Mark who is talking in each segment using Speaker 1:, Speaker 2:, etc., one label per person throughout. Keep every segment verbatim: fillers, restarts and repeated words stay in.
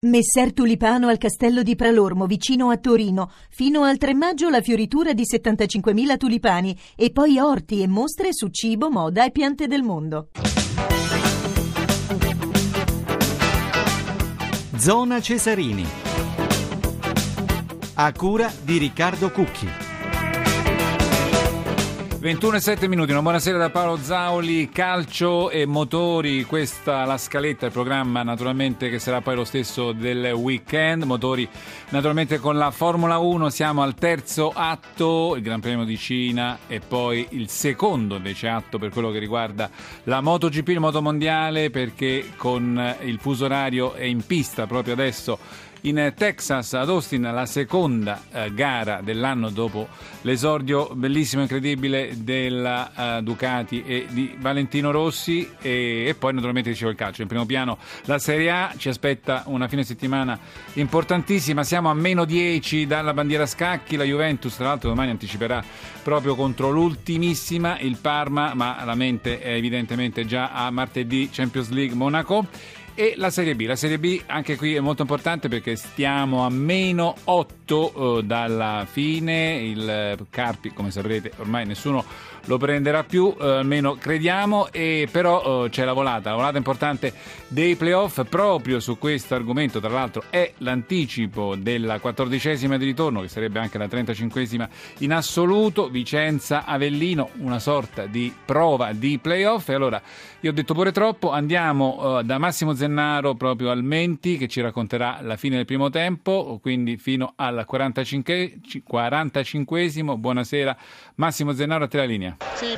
Speaker 1: Messer Tulipano al Castello di Pralormo, vicino a Torino. Fino al tre maggio la fioritura di settantacinquemila tulipani e poi orti e mostre su cibo, moda e piante del mondo.
Speaker 2: Zona Cesarini, a cura di Riccardo Cucchi.
Speaker 3: ventuno e sette minuti, una buonasera da Paolo Zauli. Calcio e motori, questa la scaletta, il programma naturalmente che sarà poi lo stesso del weekend. Motori naturalmente con la Formula uno, siamo al terzo atto, il Gran Premio di Cina, e poi il secondo invece atto per quello che riguarda la MotoGP, il motomondiale, perché con il fuso orario è in pista proprio adesso in Texas, ad Austin, la seconda eh, gara dell'anno dopo l'esordio bellissimo e incredibile della uh, Ducati e di Valentino Rossi, e, e poi naturalmente dicevo il calcio. In primo piano la Serie A, ci aspetta una fine settimana importantissima, siamo a meno dieci dalla bandiera scacchi, la Juventus tra l'altro domani anticiperà proprio contro l'ultimissima, il Parma, ma la mente è evidentemente già a martedì Champions League Monaco. E la Serie B, la Serie B anche qui è molto importante perché stiamo a meno otto eh, dalla fine. Il Carpi, come saprete, ormai nessuno lo prenderà più, eh, almeno crediamo, e però eh, c'è la volata, la volata importante dei playoff. Proprio su questo argomento, tra l'altro, è l'anticipo della quattordicesima di ritorno, che sarebbe anche la trentacinquesima in assoluto, Vicenza-Avellino, una sorta di prova di playoff. E allora, io ho detto pure troppo, andiamo uh, da Massimo Zennaro proprio al Menti, che ci racconterà la fine del primo tempo, quindi fino al quarantacinquesimo. Buonasera Massimo Zennaro, a te la linea.
Speaker 4: Sì.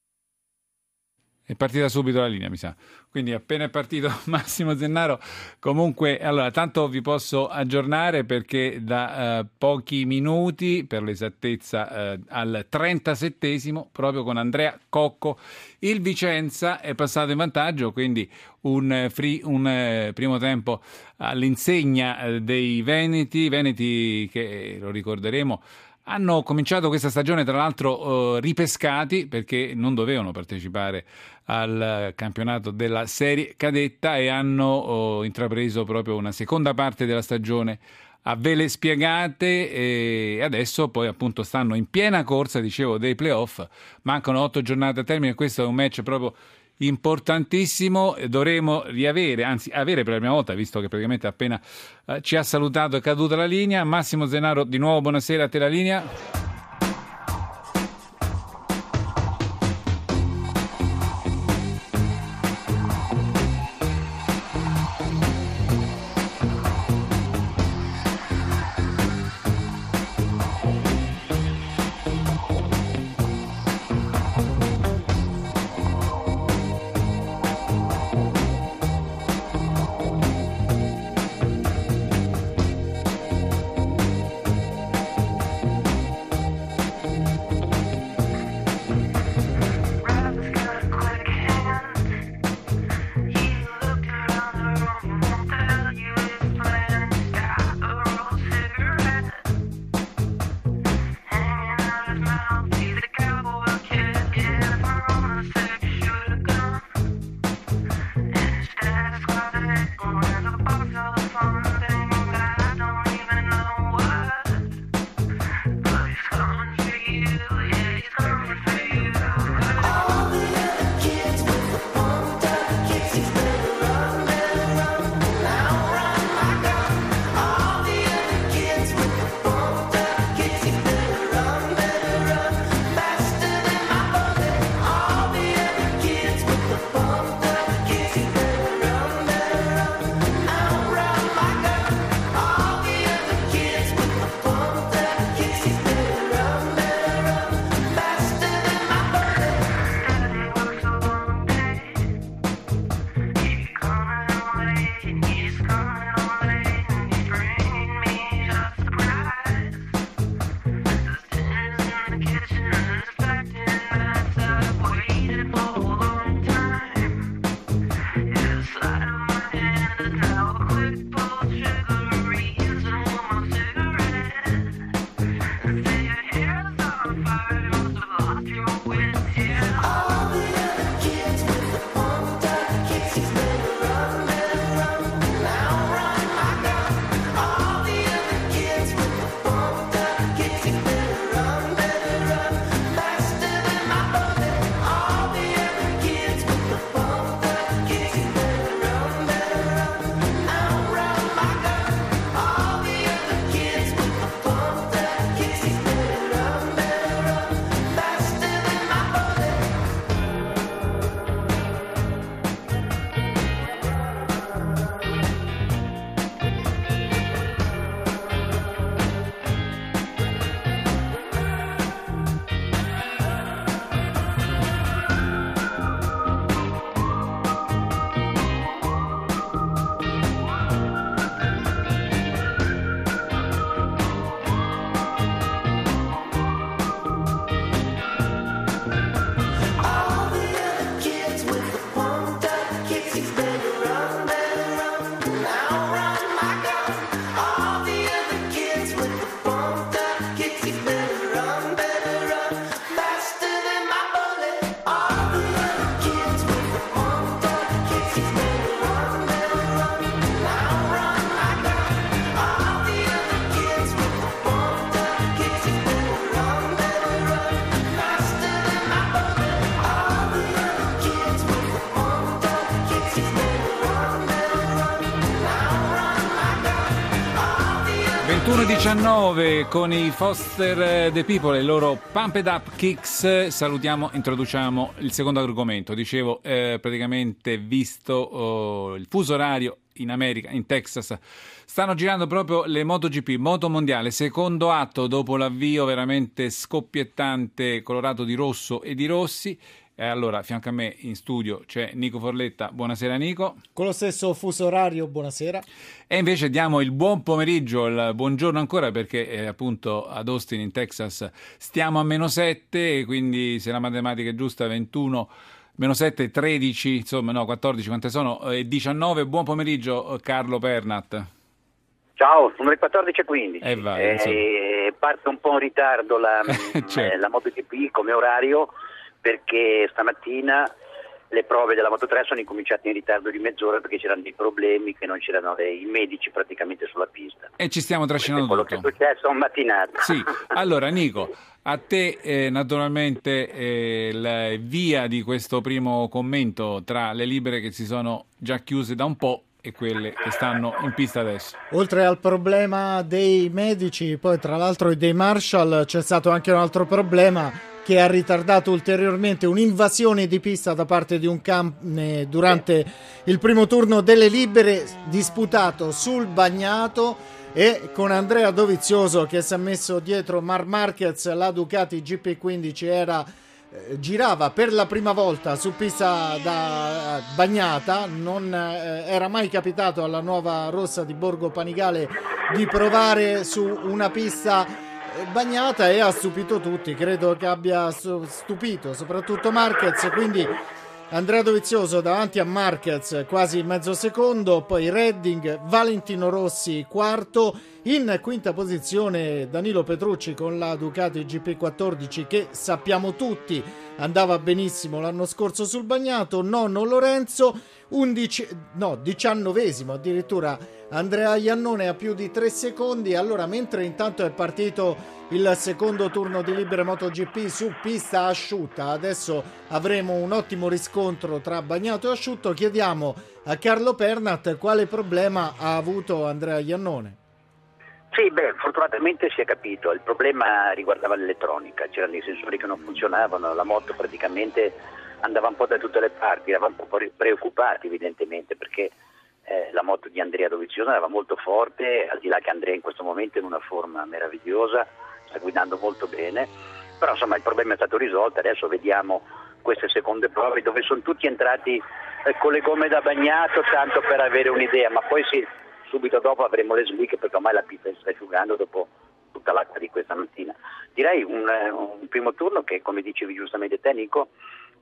Speaker 3: È partita subito la linea, mi sa. Quindi appena è partito Massimo Zennaro. Comunque, allora, tanto vi posso aggiornare perché da uh, pochi minuti, per l'esattezza uh, al trentasettesimo, proprio con Andrea Cocco, il Vicenza è passato in vantaggio, quindi un, free, un uh, primo tempo all'insegna uh, dei Veneti, Veneti che, lo ricorderemo, hanno cominciato questa stagione tra l'altro eh, ripescati perché non dovevano partecipare al campionato della serie cadetta e hanno eh, intrapreso proprio una seconda parte della stagione a vele spiegate, e adesso poi appunto stanno in piena corsa, dicevo, dei playoff. Mancano otto giornate a termine, questo è un match proprio importantissimo. Dovremo riavere, anzi avere per la prima volta, visto che praticamente appena eh, ci ha salutato è caduta la linea, Massimo Zennaro. Di nuovo buonasera, a te la linea. ventuno e diciannove con i Foster the People e i loro Pumped Up Kicks. Salutiamo, introduciamo il secondo argomento. Dicevo, eh, praticamente visto oh, il fuso orario in America, in Texas, stanno girando proprio le MotoGP, Moto Mondiale, secondo atto dopo l'avvio veramente scoppiettante colorato di rosso e di rossi. E allora, a fianco a me in studio c'è Nico Forletta. Buonasera Nico.
Speaker 4: Con lo stesso fuso orario, buonasera.
Speaker 3: E invece diamo il buon pomeriggio, il buongiorno ancora, perché eh, appunto ad Austin in Texas stiamo a meno sette, quindi se la matematica è giusta ventuno, meno sette, tredici, insomma no, quattordici, quante sono? E diciannove. Buon pomeriggio Carlo Pernat.
Speaker 5: Ciao, sono le quattordici e quindici.
Speaker 3: E vai,
Speaker 5: eh, parte un po' in ritardo la, certo. la MotoGP come orario, perché stamattina le prove della Moto tre sono incominciate in ritardo di mezz'ora perché c'erano dei problemi, che non c'erano dei, i medici praticamente sulla pista.
Speaker 3: E ci stiamo trascinando
Speaker 5: quello
Speaker 3: tutto.
Speaker 5: Quello che è successo a mattinata.
Speaker 3: Sì, allora Nico, a te eh, naturalmente eh, la via di questo primo commento tra le libere che si sono già chiuse da un po' e quelle che stanno in pista adesso.
Speaker 4: Oltre al problema dei medici, poi tra l'altro dei Marshall, c'è stato anche un altro problema che ha ritardato ulteriormente un'invasione di pista da parte di un cane durante il primo turno delle libere, disputato sul bagnato, e con Andrea Dovizioso che si è messo dietro Marc Marquez. La Ducati G P quindici era eh, girava per la prima volta su pista da eh, bagnata. Non eh, era mai capitato alla nuova rossa di Borgo Panigale di provare su una pista bagnata, e ha stupito tutti. Credo che abbia stupito soprattutto Marquez, quindi Andrea Dovizioso davanti a Marquez quasi mezzo secondo, poi Redding, Valentino Rossi quarto, in quinta posizione Danilo Petrucci con la Ducati G P quattordici che sappiamo tutti andava benissimo l'anno scorso sul bagnato, nono Lorenzo, undici, no, diciannovesimo addirittura Andrea Iannone a più di tre secondi. Allora, mentre intanto è partito il secondo turno di Libere MotoGP su pista asciutta, adesso avremo un ottimo riscontro tra bagnato e asciutto, chiediamo a Carlo Pernat quale problema ha avuto Andrea Iannone.
Speaker 5: Sì, beh, fortunatamente si è capito, il problema riguardava l'elettronica, c'erano dei sensori che non funzionavano, la moto praticamente andava un po' da tutte le parti, eravamo un po' preoccupati evidentemente perché eh, la moto di Andrea Dovizioso era molto forte, al di là che Andrea in questo momento è in una forma meravigliosa, sta guidando molto bene, però insomma il problema è stato risolto. Adesso vediamo queste seconde prove dove sono tutti entrati eh, con le gomme da bagnato, tanto per avere un'idea, ma poi sì, subito dopo avremo le slick perché ormai la pista si sta asciugando dopo tutta l'acqua di questa mattina. Direi un, un primo turno che, come dicevi giustamente te Nico,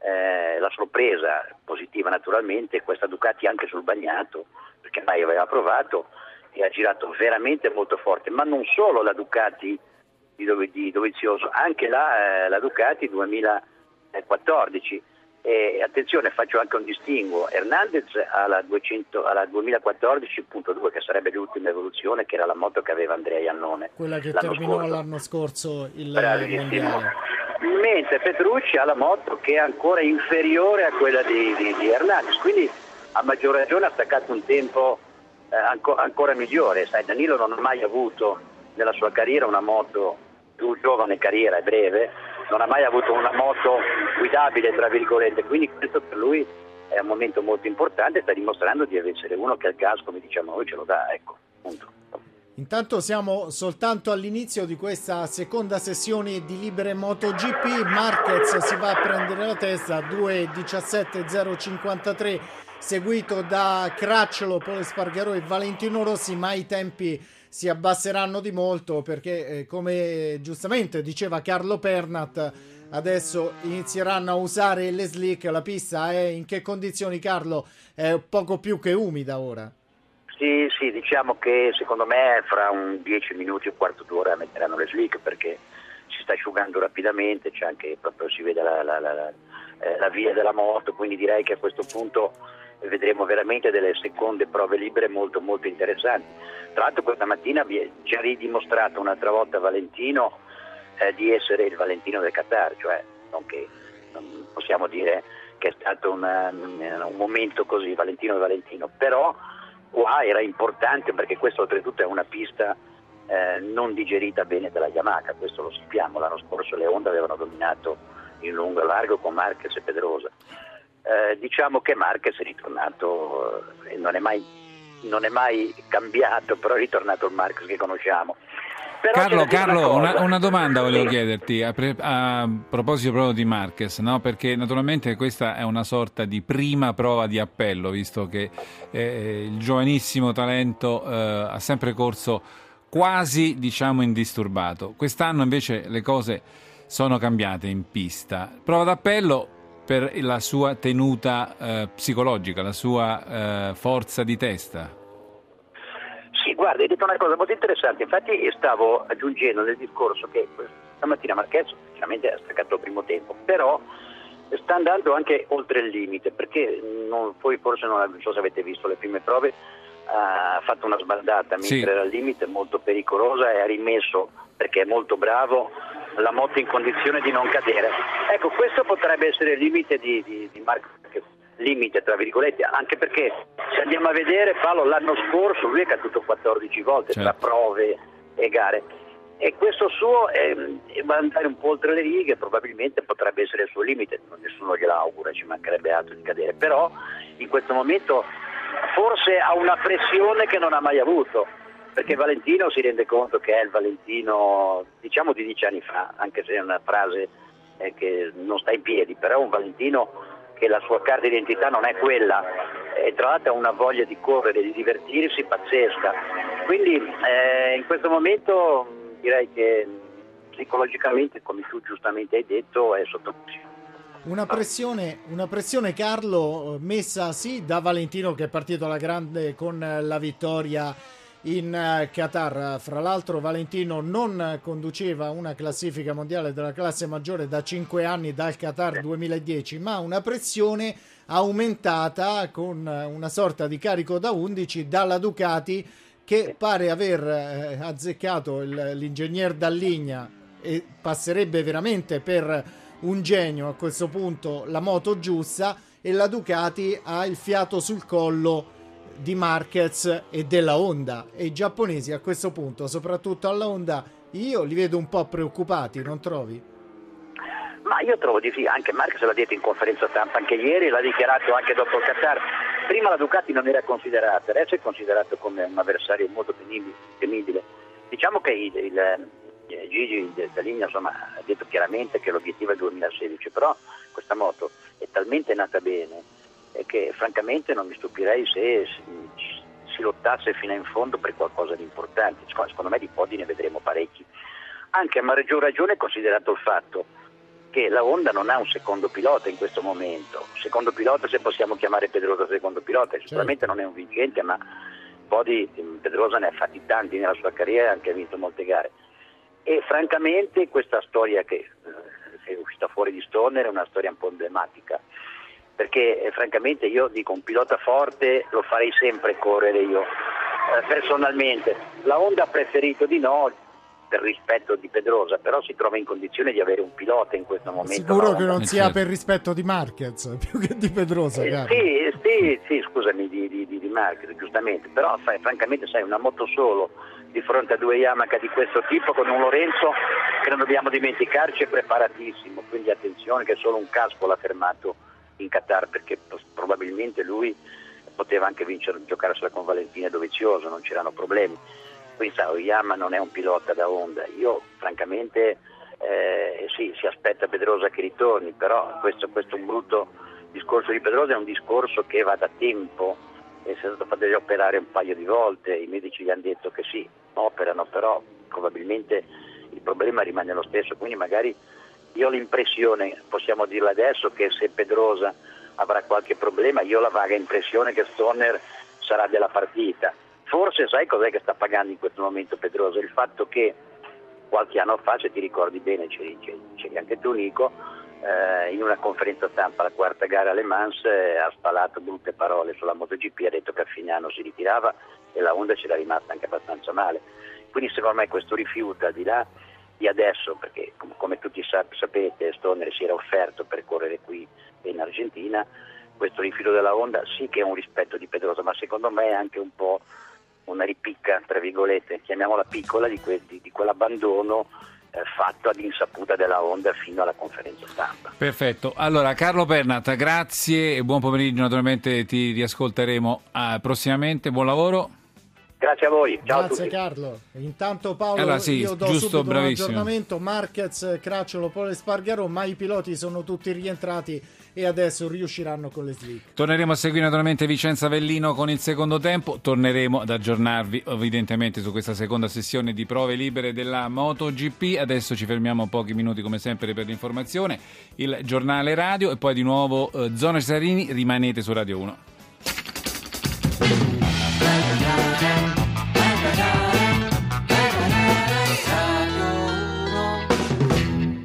Speaker 5: eh, la sorpresa positiva naturalmente è questa Ducati anche sul bagnato, perché mai aveva provato e ha girato veramente molto forte, ma non solo la Ducati di, Dove, di Dovizioso, anche la, eh, la Ducati duemilaquattordici. E attenzione, faccio anche un distinguo, Hernandez alla, duecento, alla duemilaquattordici punto due, che sarebbe l'ultima evoluzione, che era la moto che aveva Andrea Iannone,
Speaker 4: quella che
Speaker 5: l'anno
Speaker 4: terminò
Speaker 5: scorso.
Speaker 4: l'anno scorso il
Speaker 5: Bravissimo.
Speaker 4: mondiale.
Speaker 5: Mentre Petrucci ha la moto che è ancora inferiore a quella di, di, di Hernandez, quindi a maggior ragione ha staccato un tempo eh, anco, ancora migliore. Sai, Danilo non ha mai avuto nella sua carriera una moto, più giovane carriera, è breve, non ha mai avuto una moto guidabile tra virgolette, quindi questo per lui è un momento molto importante, sta dimostrando di essere uno che al gas, come diciamo noi, ce lo dà, ecco, punto.
Speaker 4: Intanto siamo soltanto all'inizio di questa seconda sessione di Libere MotoGP. Marquez si va a prendere la testa, due diciassette zero cinquantatré, seguito da Cracciolo, Pole Spargaro e Valentino Rossi, ma i tempi si abbasseranno di molto perché eh, come giustamente diceva Carlo Pernat, adesso inizieranno a usare le slick. La pista è in che condizioni, Carlo? È poco più che umida ora.
Speaker 5: Sì, sì, diciamo che secondo me fra un dieci minuti o un quarto d'ora metteranno le slick perché si sta asciugando rapidamente, c'è anche proprio si vede la, la, la, la, eh, la via della moto, quindi direi che a questo punto vedremo veramente delle seconde prove libere molto molto interessanti. Tra l'altro questa mattina ci ha ridimostrato un'altra volta Valentino eh, di essere il Valentino del Qatar, cioè non che non possiamo dire che è stato una, un momento così Valentino e Valentino, però qua era importante perché questo oltretutto è una pista eh, non digerita bene dalla Yamaha, questo lo sappiamo. L'anno scorso le Honda avevano dominato in lungo e largo con Marquez e Pedrosa. Eh, diciamo che Marquez è ritornato e eh, non è mai non è mai cambiato, però è ritornato il Marquez che conosciamo. Però
Speaker 3: Carlo, Carlo
Speaker 5: una,
Speaker 3: una, una domanda volevo
Speaker 5: sì.
Speaker 3: chiederti a, pre, a proposito proprio di Marquez, no? Perché naturalmente questa è una sorta di prima prova di appello, visto che eh, il giovanissimo talento eh, ha sempre corso quasi, diciamo, indisturbato. Quest'anno invece le cose sono cambiate in pista. Prova d'appello per la sua tenuta eh, psicologica, la sua eh, forza di testa.
Speaker 5: Sì, guarda, hai detto una cosa molto interessante. Infatti stavo aggiungendo nel discorso che stamattina Marquez chiaramente ha staccato il primo tempo, però sta andando anche oltre il limite, perché non, poi forse non, non so se avete visto le prime prove, ha fatto una sbandata mentre
Speaker 3: sì.
Speaker 5: era al limite, molto pericolosa, e ha rimesso, perché è molto bravo, la moto in condizione di non cadere. Ecco, questo potrebbe essere il limite di, di, di Marquez, limite tra virgolette, anche perché se andiamo a vedere Paolo, l'anno scorso lui è caduto quattordici volte, certo, tra prove e gare, e questo suo è, va andare un po' oltre le righe, probabilmente potrebbe essere il suo limite, nessuno gliela augura, ci mancherebbe altro di cadere, però in questo momento forse ha una pressione che non ha mai avuto, perché Valentino si rende conto che è il Valentino, diciamo, di dieci anni fa, anche se è una frase eh, che non sta in piedi, però è un Valentino che la sua carta d'identità non è quella, e tra l'altro ha una voglia di correre, di divertirsi pazzesca, quindi eh, in questo momento direi che psicologicamente, come tu giustamente hai detto, è sotto pressione.
Speaker 4: Una pressione, una pressione, Carlo, messa sì da Valentino, che è partito alla grande con la vittoria in Qatar. Fra l'altro Valentino non conduceva una classifica mondiale della classe maggiore da cinque anni, dal Qatar duemiladieci, ma una pressione aumentata con una sorta di carico da undici dalla Ducati, che pare aver eh, azzeccato il, l'ingegner Dalligna, e passerebbe veramente per un genio a questo punto la moto giusta, e la Ducati ha il fiato sul collo di Marquez e della Honda, e i giapponesi a questo punto, soprattutto alla Honda, io li vedo un po' preoccupati, non trovi?
Speaker 5: Ma io trovo di sì, anche Marquez l'ha detto in conferenza stampa anche ieri, l'ha dichiarato anche dopo il Qatar. Prima la Ducati non era considerata, adesso è considerato come un avversario molto temibile. Diciamo che il, il, il Gigi Dalligna, insomma, ha detto chiaramente che l'obiettivo è il duemilasedici, però questa moto è talmente nata bene e che francamente non mi stupirei se si, si lottasse fino in fondo per qualcosa di importante. Secondo me di podi ne vedremo parecchi, anche a maggior ragione considerato il fatto che la Honda non ha un secondo pilota in questo momento. Secondo pilota, se possiamo chiamare Pedrosa secondo pilota, sicuramente non è un vincente, ma podi Pedrosa ne ha fatti tanti nella sua carriera, anche ha vinto molte gare, e francamente questa storia che eh, è uscita fuori di Stoner è una storia un po' emblematica, perché eh, francamente io dico, un pilota forte lo farei sempre correre io, eh, personalmente. La Honda ha preferito di no, per rispetto di Pedrosa, però si trova in condizione di avere un pilota in questo momento.
Speaker 4: Sicuro che non sia per rispetto di Marquez più che di Pedrosa,
Speaker 5: eh, sì, sì, sì, scusami, di, di, di Marquez, giustamente, però fai, francamente sai, una moto solo di fronte a due Yamaha di questo tipo, con un Lorenzo che non dobbiamo dimenticarci è preparatissimo, quindi attenzione che solo un casco l'ha fermato in Qatar, perché probabilmente lui poteva anche vincere, giocarsela con Valentina e Dovizioso, non c'erano problemi. Quindi sa, Oyama non è un pilota da Honda. Io francamente eh, sì, si aspetta Pedrosa che ritorni, però questo, questo è un brutto discorso di Pedrosa, è un discorso che va da tempo, è stato fatto operare un paio di volte, i medici gli hanno detto che sì, operano, però probabilmente il problema rimane lo stesso, quindi magari io ho l'impressione, possiamo dirlo adesso, che se Pedrosa avrà qualche problema, io ho la vaga impressione che Stoner sarà della partita. Forse sai cos'è che sta pagando in questo momento Pedrosa? Il fatto che qualche anno fa, se ti ricordi bene, c'eri, c'eri anche tu Nico, eh, in una conferenza stampa alla quarta gara a Le Mans eh, ha spalato brutte parole sulla MotoGP, ha detto che a fine anno si ritirava e la Honda c'era rimasta anche abbastanza male. Quindi secondo me questo rifiuto, al di là di adesso, perché com- come tutti sap- sapete Stoner si era offerto per correre qui in Argentina, questo rifiuto della Honda sì che è un rispetto di Pedrosa, ma secondo me è anche un po' una ripicca, tra virgolette, chiamiamola piccola, di, que- di, di quell'abbandono eh, fatto ad insaputa della Honda fino alla conferenza stampa.
Speaker 3: Perfetto, allora Carlo Pernat, grazie e buon pomeriggio, naturalmente ti riascolteremo eh, prossimamente, buon lavoro.
Speaker 5: Grazie a voi, ciao
Speaker 4: Grazie
Speaker 5: a tutti.
Speaker 4: Carlo. Intanto Paolo,
Speaker 3: Allora, sì,
Speaker 4: io do
Speaker 3: giusto,
Speaker 4: subito
Speaker 3: bravissimo.
Speaker 4: un aggiornamento: Marquez, Cracciolo, Pole Spargaro, ma i piloti sono tutti rientrati e adesso riusciranno con le slick.
Speaker 3: Torneremo a seguire naturalmente Vicenza Avellino con il secondo tempo, torneremo ad aggiornarvi evidentemente su questa seconda sessione di prove libere della MotoGP. Adesso ci fermiamo pochi minuti come sempre per l'informazione, il giornale radio e poi di nuovo eh, Zona Cesarini, rimanete su Radio uno.